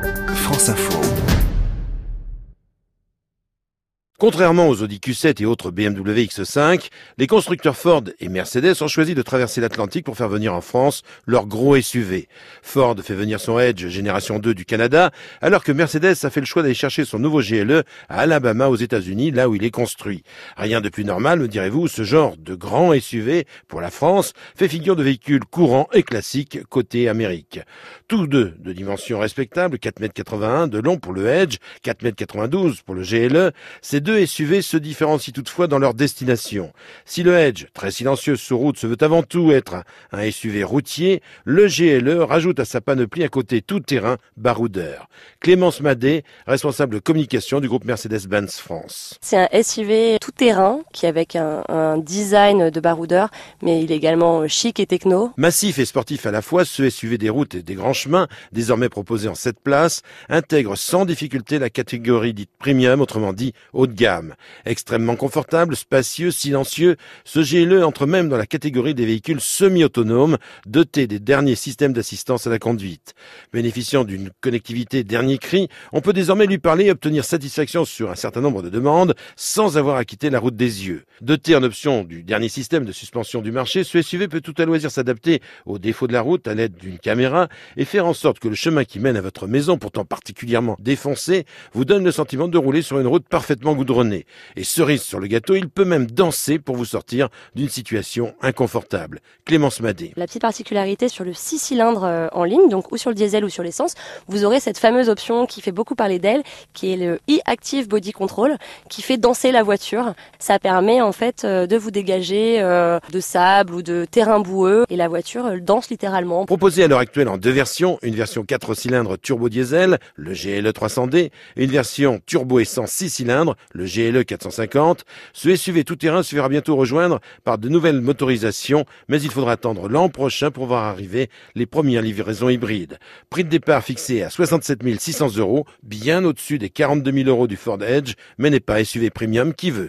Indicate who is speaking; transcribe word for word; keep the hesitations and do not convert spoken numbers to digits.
Speaker 1: France Info.
Speaker 2: Contrairement aux Audi Q sept et autres B M W X cinq, les constructeurs Ford et Mercedes ont choisi de traverser l'Atlantique pour faire venir en France leur gros S U V. Ford fait venir son Edge génération deux du Canada, alors que Mercedes a fait le choix d'aller chercher son nouveau G L E à Alabama aux États-Unis, là où il est construit. Rien de plus normal, me direz-vous, ce genre de grand S U V pour la France fait figure de véhicule courant et classique côté Amérique. Tous deux de dimensions respectables, quatre mètres quatre-vingt-un de long pour le Edge, quatre mètres quatre-vingt-douze pour le G L E, ces deux S U V se différencient toutefois dans leur destination. Si le Edge, très silencieux sur route, se veut avant tout être un S U V routier, le G L E rajoute à sa panoplie un côté tout-terrain baroudeur. Clémence Madé, responsable de communication du groupe Mercedes-Benz France.
Speaker 3: C'est un S U V tout-terrain qui avec un, un design de baroudeur, mais il est également chic et techno.
Speaker 2: Massif et sportif à la fois, ce S U V des routes et des grands chemins, désormais proposé en sept places, intègre sans difficulté la catégorie dite premium, autrement dit haut de gamme. Extrêmement confortable, spacieux, silencieux, ce G L E entre même dans la catégorie des véhicules semi-autonomes, dotés des derniers systèmes d'assistance à la conduite. Bénéficiant d'une connectivité dernier cri, on peut désormais lui parler et obtenir satisfaction sur un certain nombre de demandes sans avoir à quitter la route des yeux. Doté en option du dernier système de suspension du marché, ce S U V peut tout à loisir s'adapter aux défauts de la route à l'aide d'une caméra et faire en sorte que le chemin qui mène à votre maison, pourtant particulièrement défoncé, vous donne le sentiment de rouler sur une route parfaitement goudronnée. Et cerise sur le gâteau, il peut même danser pour vous sortir d'une situation inconfortable. Clémence Madé.
Speaker 3: La petite particularité sur le six cylindres en ligne, donc ou sur le diesel ou sur l'essence, vous aurez cette fameuse option qui fait beaucoup parler d'elle, qui est le e-Active Body Control, qui fait danser la voiture. Ça permet en fait de vous dégager de sable ou de terrain boueux et la voiture danse littéralement.
Speaker 2: Proposé à l'heure actuelle en deux versions, une version quatre cylindres turbo-diesel, le G L E trois cents D, et une version turbo-essence six cylindres, le G L E quatre cent cinquante, ce S U V tout-terrain se verra bientôt rejoindre par de nouvelles motorisations, mais il faudra attendre l'an prochain pour voir arriver les premières livraisons hybrides. Prix de départ fixé à soixante-sept mille six cents euros, bien au-dessus des quarante-deux mille euros du Ford Edge, mais n'est pas S U V premium qui veut.